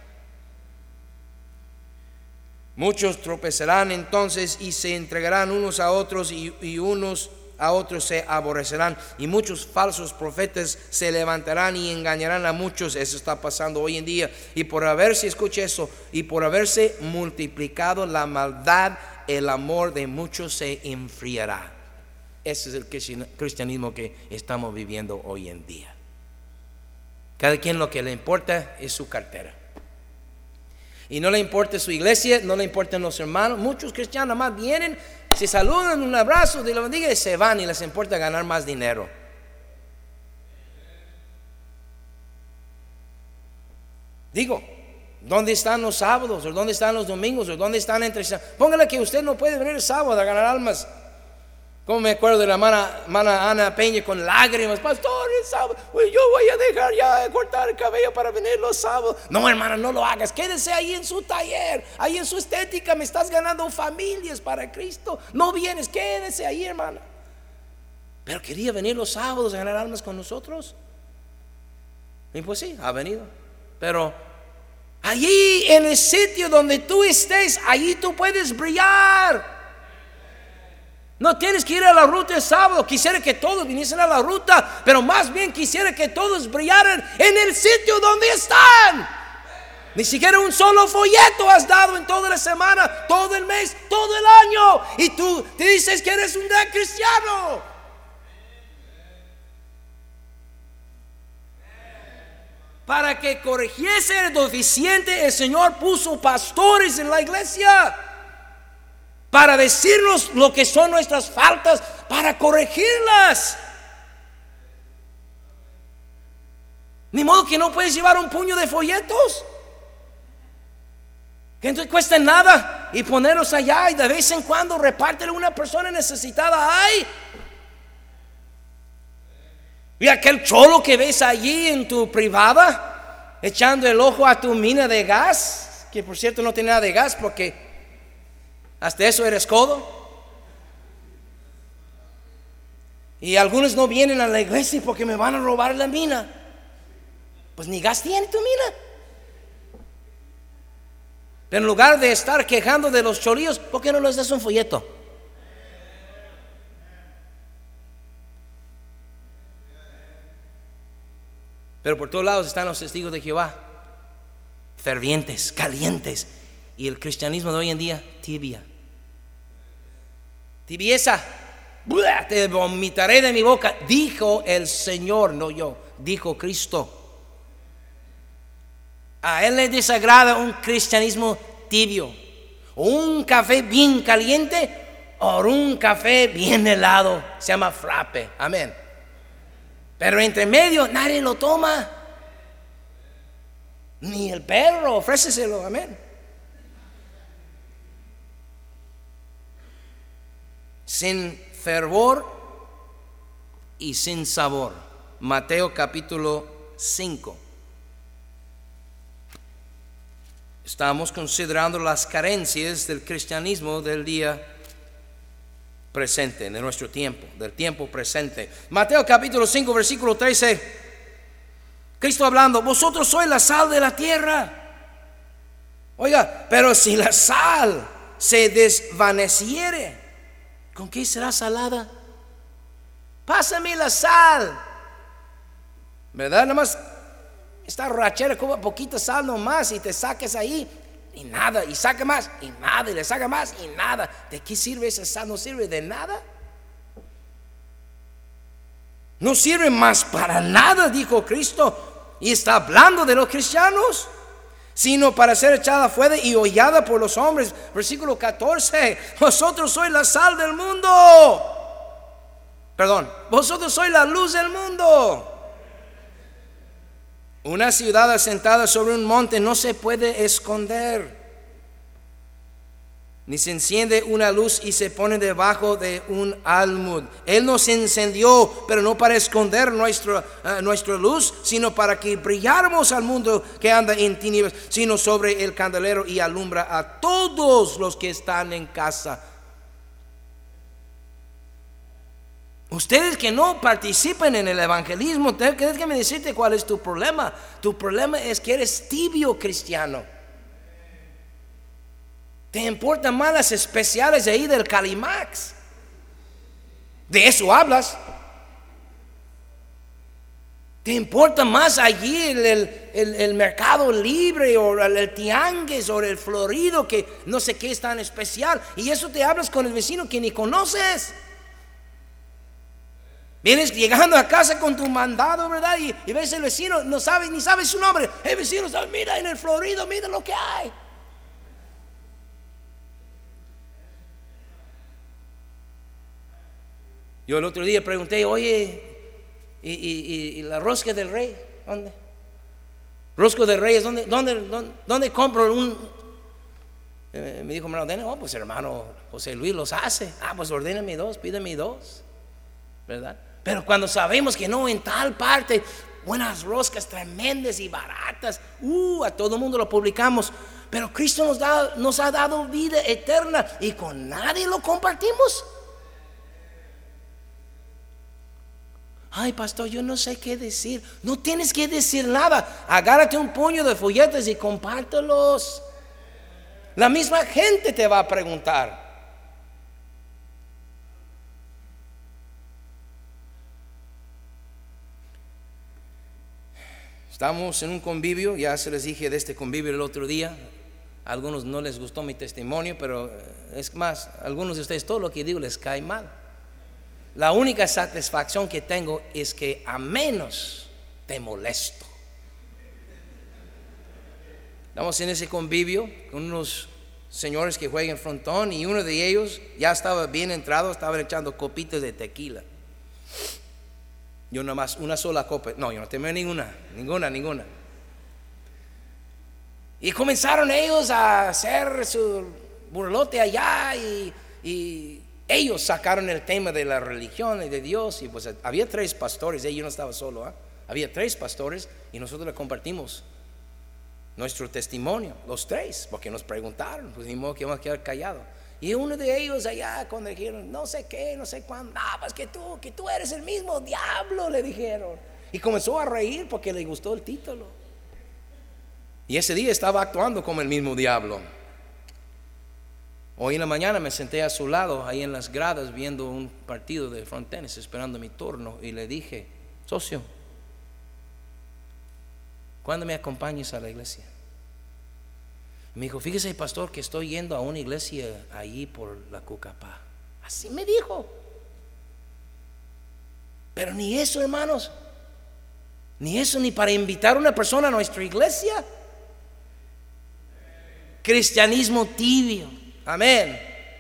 S2: Muchos tropezarán entonces y se entregarán unos a otros y, y unos a otros se aborrecerán, y muchos falsos profetas se levantarán y engañarán a muchos. Eso está pasando hoy en día. Y por haberse, escuche eso, y por haberse multiplicado la maldad, el amor de muchos se enfriará. Ese es el cristianismo que estamos viviendo hoy en día. Cada quien lo que le importa es su cartera. Y no le importa su iglesia, no le importan los hermanos. Muchos cristianos más vienen, se saludan, un abrazo, Dios los bendiga, y se van, y les importa ganar más dinero. Digo, ¿dónde están los sábados? ¿O dónde están los domingos? ¿O dónde están entre? Póngale que usted no puede venir el sábado a ganar almas. Como me acuerdo de la hermana, hermana Ana Peña con lágrimas: pastor, el sábado, pues yo voy a dejar ya de cortar el cabello para venir los sábados. No, hermana, no lo hagas, quédese ahí en su taller, ahí en su estética, me estás ganando familias para Cristo. No vienes, quédese ahí, hermana. Pero quería venir los sábados a ganar almas con nosotros. Y pues sí, ha venido. Pero allí en el sitio donde tú estés, allí tú puedes brillar. No tienes que ir a la ruta el sábado. Quisiera que todos viniesen a la ruta, pero más bien quisiera que todos brillaran en el sitio donde están. Ni siquiera un solo folleto has dado en toda la semana, todo el mes, todo el año, y tú te dices que eres un gran cristiano. Para que corrigiese el deficiente, el Señor puso pastores en la iglesia para decirnos lo que son nuestras faltas, para corregirlas. Ni modo que no puedes llevar un puño de folletos que no te cuesta nada y ponerlos allá, y de vez en cuando repártelo a una persona necesitada. ¡Ay! Y aquel cholo que ves allí en tu privada echando el ojo a tu mina de gas, que por cierto no tiene nada de gas, porque hasta eso eres codo. Y algunos no vienen a la iglesia porque me van a robar la mina. Pues ni gas tiene tu mina. Pero en lugar de estar quejando de los cholillos, ¿por qué no les das un folleto? Pero por todos lados están los testigos de Jehová, fervientes, calientes. Y el cristianismo de hoy en día, tibia. Tibieza. Te vomitaré de mi boca, dijo el Señor, no yo, dijo Cristo. A Él le desagrada un cristianismo tibio, o un café bien caliente, o un café bien helado. Se llama frappe, amén. Pero entre medio nadie lo toma, ni el perro, ofréceselo, amén. Sin fervor y sin sabor. Mateo capítulo cinco. Estamos considerando las carencias del cristianismo del día presente, de nuestro tiempo, del tiempo presente. Mateo capítulo cinco, versículo trece. Cristo hablando: vosotros sois la sal de la tierra. Oiga, pero si la sal se desvaneciere, ¿con qué será salada? Pásame la sal, ¿verdad? Nada más esta rachera con poquita sal nomás, y te saques ahí y nada, y saca más y nada, y le saca más y nada. ¿De qué sirve esa sal? No sirve de nada. No sirve más para nada, dijo Cristo. Y está hablando de los cristianos, sino para ser echada fuera y hollada por los hombres. Versículo catorce. Vosotros sois la sal del mundo. Perdón, vosotros sois la luz del mundo. Una ciudad asentada sobre un monte no se puede esconder, ni se enciende una luz y se pone debajo de un almud. Él nos encendió, pero no para esconder nuestra, uh, nuestra luz, sino para que brilláramos al mundo que anda en tinieblas, sino sobre el candelero, y alumbra a todos los que están en casa. Ustedes que no participan en el evangelismo, déjame decirte cuál es tu problema. Tu problema es que eres tibio cristiano. Te importan más las especiales de ahí del Calimax. De eso hablas. ¿Te importa más allí el, el, el, el mercado libre o el, el tianguis o el florido que no sé qué es tan especial? Y eso te hablas con el vecino que ni conoces. Vienes llegando a casa con tu mandado, ¿verdad? Y, y ves el vecino, no sabe ni sabe su nombre. El vecino sabe, mira en el florido, mira lo que hay. Yo el otro día pregunté, oye, ¿y, y, y la rosca del rey? ¿Dónde? Rosca del rey, ¿dónde, dónde, dónde, dónde compro un? Eh, me dijo, me lo ordena. Oh, pues hermano José Luis los hace. Ah, pues ordéname dos, pídeme dos, ¿verdad? Pero cuando sabemos que no, en tal parte, buenas roscas tremendas y baratas, uh, a todo el mundo lo publicamos. Pero Cristo nos, da, nos ha dado vida eterna y con nadie lo compartimos. Ay, pastor, yo no sé qué decir. No tienes que decir nada. Agárrate un puño de folletos y compártelos. La misma gente te va a preguntar. Estamos en un convivio, ya se les dije de este convivio el otro día. A algunos no les gustó mi testimonio, pero es más, a algunos de ustedes todo lo que digo les cae mal. La única satisfacción que tengo es que a menos te molesto. Estamos en ese convivio con unos señores que juegan frontón y uno de ellos ya estaba bien entrado, estaban echando copitas de tequila. Yo nada más una sola copa, no, yo no tomé ninguna, ninguna, ninguna. Y comenzaron ellos a hacer su burlote allá y, y ellos sacaron el tema de la religión y de Dios. Y pues había tres pastores, yo no estaba solo, ¿eh? Había tres pastores y nosotros le compartimos nuestro testimonio, los tres, porque nos preguntaron, pues ni modo que vamos a quedar callados. Y uno de ellos allá cuando dijeron, no sé qué, no sé cuándo, no, pues que tú, que tú eres el mismo diablo, le dijeron. Y comenzó a reír porque le gustó el título. Y ese día estaba actuando como el mismo diablo. Hoy en la mañana me senté a su lado, ahí en las gradas, viendo un partido de front tennis, esperando mi turno, y le dije, socio, ¿cuándo me acompañes a la iglesia? Me dijo, fíjese, pastor, que estoy yendo a una iglesia allí por la Cucapá. Así me dijo. Pero ni eso, hermanos, ni eso, ni para invitar a una persona a nuestra iglesia. Cristianismo tibio. Amén.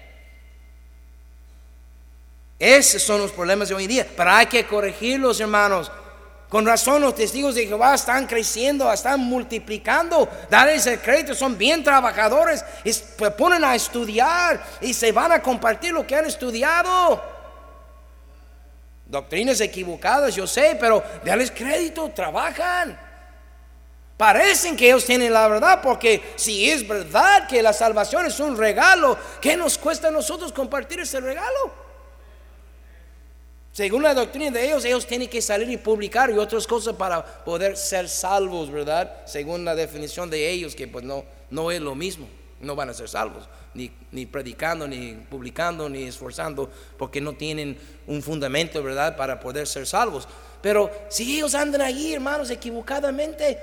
S2: Esos son los problemas de hoy en día, pero hay que corregirlos, hermanos. Con razón los testigos de Jehová están creciendo, están multiplicando. Darles el crédito, son bien trabajadores, y se ponen a estudiar y se van a compartir lo que han estudiado. Doctrinas equivocadas, yo sé, pero darles crédito, trabajan. Parecen que ellos tienen la verdad, porque si es verdad que la salvación es un regalo, ¿qué nos cuesta a nosotros compartir ese regalo? Según la doctrina de ellos, ellos tienen que salir y publicar y otras cosas para poder ser salvos, ¿verdad? Según la definición de ellos, que pues no, no es lo mismo. No van a ser salvos, ni, ni predicando, ni publicando, ni esforzando, porque no tienen un fundamento, ¿verdad?, para poder ser salvos. Pero si ellos andan allí, hermanos, equivocadamente,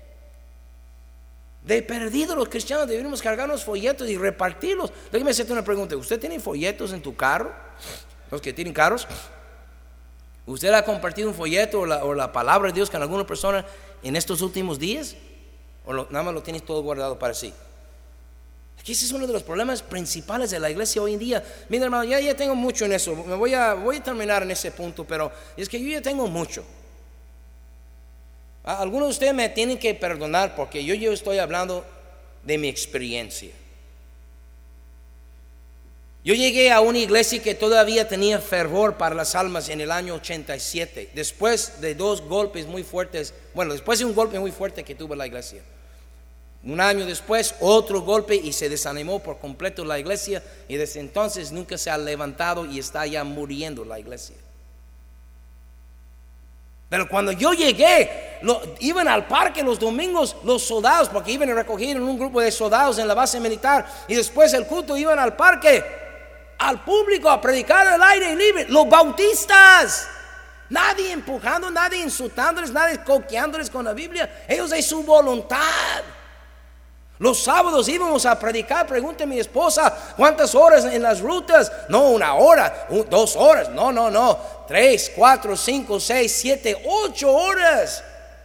S2: de perdido los cristianos deberíamos cargarnos folletos y repartirlos. Déjeme hacerte una pregunta. ¿Usted tiene folletos en tu carro? Los que tienen carros. ¿Usted ha compartido un folleto o la, o la palabra de Dios con alguna persona en estos últimos días? ¿O lo, nada más lo tienes todo guardado para sí? Aquí ese es uno de los problemas principales de la iglesia hoy en día. Mira, hermano, ya, ya tengo mucho en eso. Me voy a, voy a terminar en ese punto, pero es que yo ya tengo mucho. Algunos de ustedes me tienen que perdonar porque yo, yo estoy hablando de mi experiencia. Yo llegué a una iglesia que todavía tenía fervor para las almas en el año ochenta y siete, después de dos golpes muy fuertes. Bueno, después de un golpe muy fuerte que tuvo la iglesia. Un año después, otro golpe y se desanimó por completo la iglesia, y desde entonces nunca se ha levantado y está ya muriendo la iglesia. Pero cuando yo llegué, lo, iban al parque los domingos los soldados, porque iban a recoger en un grupo de soldados en la base militar, y después del culto iban al parque. al público a predicar al aire libre. Los bautistas, nadie empujando, nadie insultándoles, nadie coqueándoles con la Biblia. Ellos de su voluntad. Los sábados íbamos a predicar. Pregunte a mi esposa cuántas horas en las rutas. No una hora, un, dos horas, no, no, no, tres, cuatro, cinco, seis, siete, ocho horas.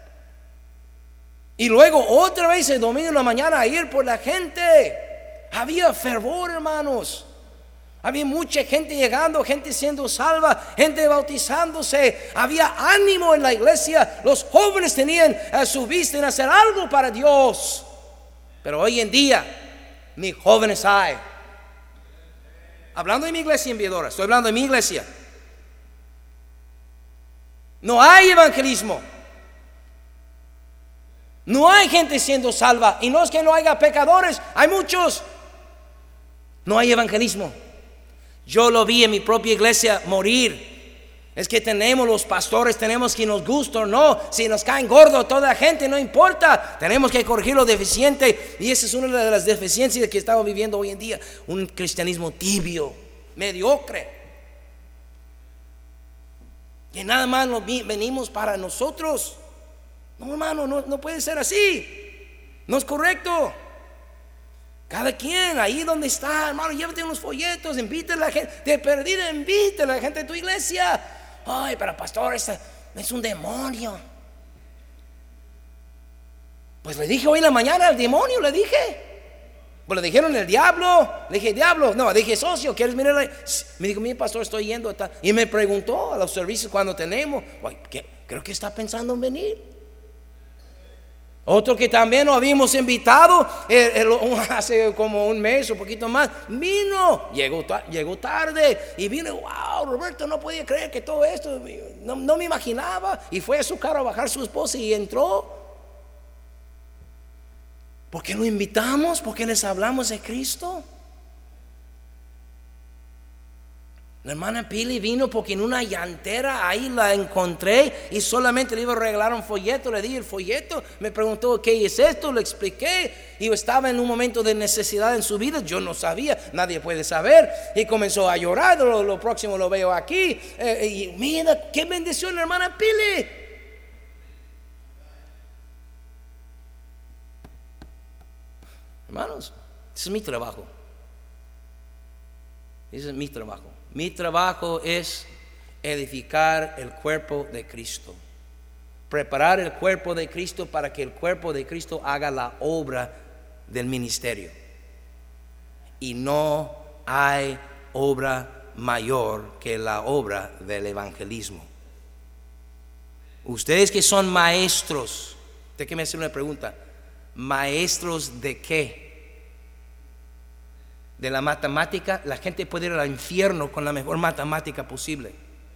S2: Y luego otra vez el domingo en la mañana a ir por la gente. Había fervor, hermanos. Había mucha gente llegando, gente siendo salva, gente bautizándose. Había ánimo en la iglesia. Los jóvenes tenían a su vista en hacer algo para Dios. Pero hoy en día ni jóvenes hay. Hablando de mi iglesia en Viedora, estoy hablando de mi iglesia. No hay evangelismo. No hay gente siendo salva. Y no es que no haya pecadores, hay muchos. No hay evangelismo. Yo lo vi en mi propia iglesia morir. Es que tenemos los pastores, tenemos que nos gusta o no, si nos caen gordos toda la gente, no importa. Tenemos que corregir lo deficiente. Y esa es una de las deficiencias que estamos viviendo hoy en día. Un cristianismo tibio, mediocre, que nada más nos venimos para nosotros. No, hermano, no, no puede ser así. No es correcto. Cada quien ahí donde está, hermano, llévate unos folletos, invita a la gente, de perdida, invita a la gente de tu iglesia. Ay, pero pastor, este es un demonio. Pues le dije hoy en la mañana al demonio, le dije. Pues le dijeron el diablo. Le dije, diablo, no, dije, socio, ¿quieres mirar? Me dijo, mi pastor, estoy yendo. Y me preguntó a los servicios cuando tenemos. Ay, creo que está pensando en venir. Otro que también nos habíamos invitado el, el, hace como un mes o un poquito más, vino, llegó, llegó tarde y vino. Wow, Roberto, no podía creer que todo esto, no, no me imaginaba. Y fue a su carro a bajar su esposa y entró. ¿Por qué lo invitamos? ¿Por qué les hablamos de Cristo? La hermana Pili vino porque en una llantera ahí la encontré y solamente le iba a regalar un folleto. Le di el folleto, me preguntó qué es esto, le expliqué. Y estaba en un momento de necesidad en su vida, yo no sabía, nadie puede saber. Y comenzó a llorar. Lo, lo próximo lo veo aquí. Eh, y mira qué bendición, la hermana Pili. Hermanos, ese es mi trabajo. Ese es mi trabajo. Mi trabajo es edificar el cuerpo de Cristo, preparar el cuerpo de Cristo para que el cuerpo de Cristo haga la obra del ministerio. Y no hay obra mayor que la obra del evangelismo. Ustedes que son maestros, déjenme hacer una pregunta. ¿Maestros de qué? De la matemática. La gente puede ir al infierno con la mejor matemática posible.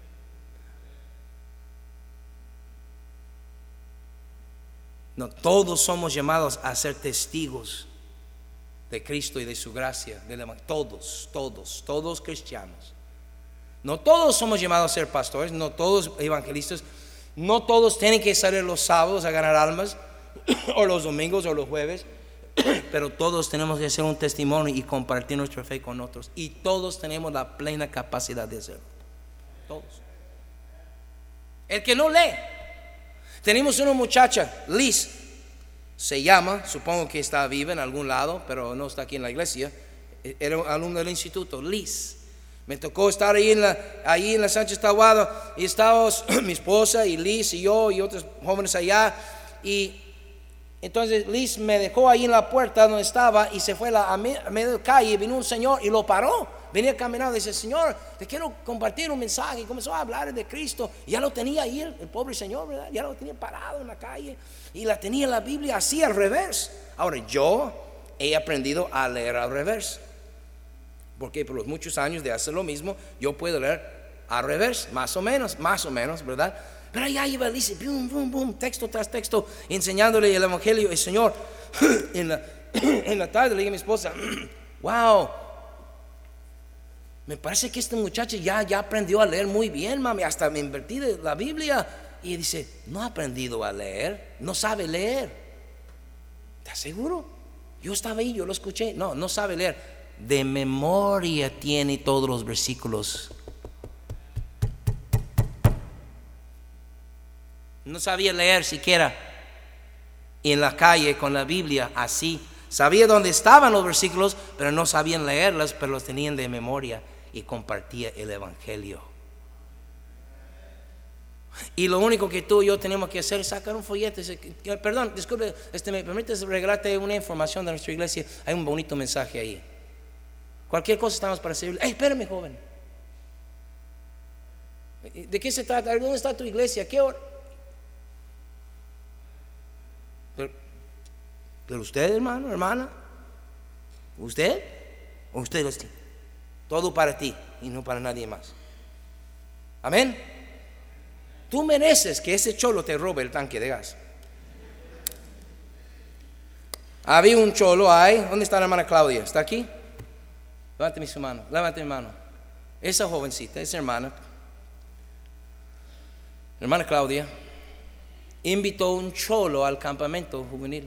S2: No, todos somos llamados a ser testigos de Cristo y de su gracia. De la, todos, todos, todos cristianos. No todos somos llamados a ser pastores, no todos evangelistas, no todos tienen que salir los sábados a ganar almas, o los domingos o los jueves. Pero todos tenemos que hacer un testimonio y compartir nuestra fe con otros. Y todos tenemos la plena capacidad de hacerlo. Todos. El que no lee. Tenemos una muchacha, Liz, se llama, supongo que está viva en algún lado, pero no está aquí en la iglesia. Era un alumno del instituto, Liz. Me tocó estar ahí en la, ahí en la Sánchez Tahuada. Y estábamos mi esposa y Liz y yo y otros jóvenes allá. Y entonces Liz me dejó ahí en la puerta donde estaba y se fue a, la, a medio de calle y vino un señor y lo paró. Venía caminando y dice, Señor, te quiero compartir un mensaje. Y comenzó a hablar de Cristo. Y ya lo tenía ahí el, el pobre señor, ¿verdad? Ya lo tenía parado en la calle y la tenía en la Biblia así al revés. Ahora yo he aprendido a leer al revés, porque por los muchos años de hacer lo mismo yo puedo leer al revés, más o menos, más o menos, ¿verdad? Pero allá iba Liz, boom, boom, boom, texto tras texto, enseñándole el evangelio. El Señor, en la, en la tarde le dije a mi esposa, wow, me parece que este muchacho ya, ya aprendió a leer muy bien, mami, hasta me invertí de la Biblia. Y dice, no ha aprendido a leer, no sabe leer. ¿Estás seguro? Yo estaba ahí, yo lo escuché. No, no sabe leer. de memoria tiene todos los versículos. No sabía leer siquiera. Y en la calle con la Biblia así. Sabía dónde estaban los versículos, pero no sabían leerlos, pero los tenían de memoria y compartía el evangelio. Y lo único que tú y yo tenemos que hacer es sacar un folleto y decir, perdón, disculpe, este, ¿me permites regalarte una información de nuestra iglesia? Hay un bonito mensaje ahí. Cualquier cosa estamos para servir. ¡Ey, espérame, joven! ¿De qué se trata? ¿Dónde está tu iglesia? ¿Qué hora? Pero, pero usted, hermano, hermana, ¿usted? ¿O usted es ti? Todo para ti y no para nadie más. Amén. Tú mereces que ese cholo te robe el tanque de gas. Había un cholo ahí. ¿Dónde está la hermana Claudia? ¿Está aquí? Levante su mano, levante mi mano. Esa jovencita, esa hermana, hermana Claudia, invitó a un cholo al campamento juvenil.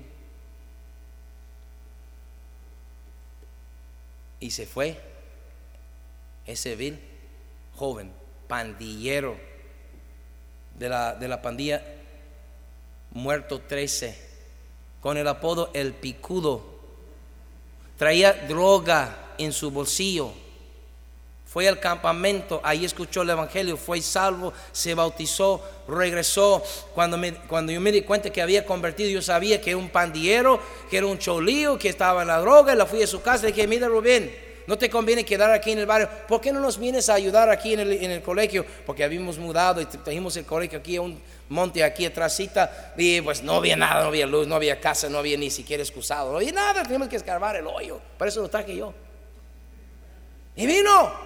S2: Y se fue ese vil joven, pandillero de la, de la pandilla Muerto trece, con el apodo El Picudo. Traía droga en su bolsillo. Fue al campamento, ahí escuchó el evangelio, fue salvo, se bautizó, regresó. Cuando, me, cuando yo me di cuenta que había convertido, yo sabía que era un pandillero, que era un cholío, que estaba en la droga. Y la fui a su casa y le dije, mira, Rubén, no te conviene quedar aquí en el barrio. ¿Por qué no nos vienes a ayudar aquí en el, en el colegio? Porque habíamos mudado y trajimos el colegio aquí a un monte aquí atrásita. Y pues no había nada, no había luz, no había casa, no había ni siquiera excusado, no había nada, teníamos que escarbar el hoyo. Por eso lo traje yo. Y vino.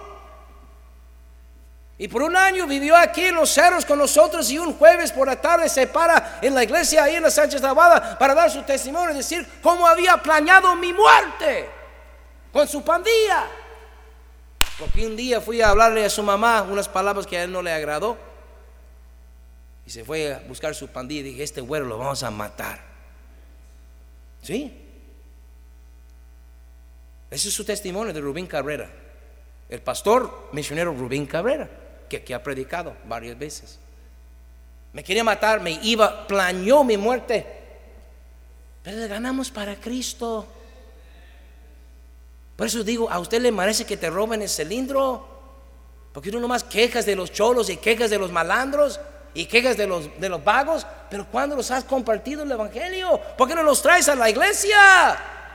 S2: Y por un año vivió aquí en los cerros con nosotros, y un jueves por la tarde se para en la iglesia ahí en la Sánchez Tabada para dar su testimonio y decir cómo había planeado mi muerte con su pandilla. Porque un día fui a hablarle a su mamá unas palabras que a él no le agradó, y se fue a buscar su pandilla y dije, este güero lo vamos a matar. ¿Sí? Ese es su testimonio de Rubén Cabrera, el pastor misionero Rubén Cabrera, que, que ha predicado varias veces. Me quería matar, me iba, planeó mi muerte, pero le ganamos para Cristo. Por eso digo, ¿a usted le parece que te roben el cilindro? Porque tú nomás quejas de los cholos y quejas de los malandros y quejas de los, de los vagos. Pero ¿cuándo los has compartido el evangelio? ¿Por qué no los traes a la iglesia?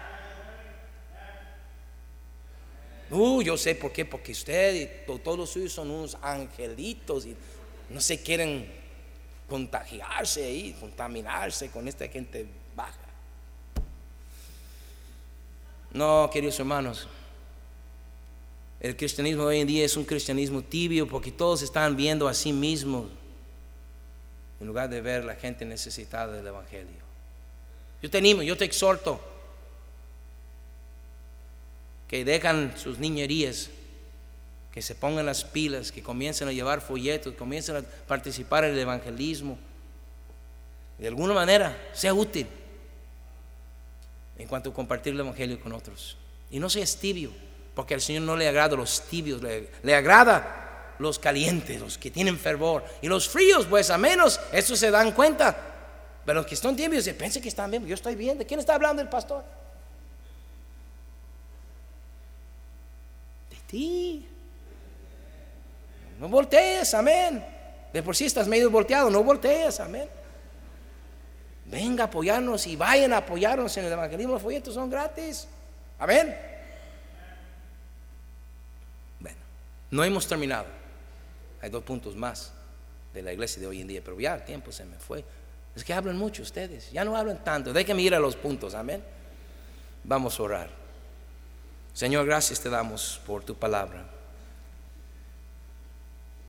S2: Uh, yo sé por qué, porque usted y todos los suyos son unos angelitos y no se quieren contagiarse y contaminarse con esta gente baja. No, queridos hermanos, el cristianismo hoy en día es un cristianismo tibio, porque todos están viendo a sí mismos en lugar de ver a la gente necesitada del evangelio. Yo te animo, yo te exhorto que dejan sus niñerías, que se pongan las pilas, que comiencen a llevar folletos, que comiencen a participar en el evangelismo. De alguna manera sea útil en cuanto a compartir el evangelio con otros. Y no seas tibio, porque al Señor no le agrada los tibios, le, le agrada los calientes, los que tienen fervor. Y los fríos, pues a menos, estos se dan cuenta. Pero los que están tibios, se piensan que están bien. Yo estoy bien. ¿De quién está hablando el pastor? ti. No voltees, amén. De por sí estás medio volteado, no voltees, amén. Venga a apoyarnos y vayan a apoyarnos en el evangelismo. Los folletos son gratis, amén. Bueno, no hemos terminado. Hay dos puntos más de la iglesia de hoy en día, pero ya el tiempo se me fue. Es que hablan mucho ustedes, ya no hablan tanto. Déjenme ir a los puntos, amén. Vamos a orar. Señor, gracias te damos por tu palabra.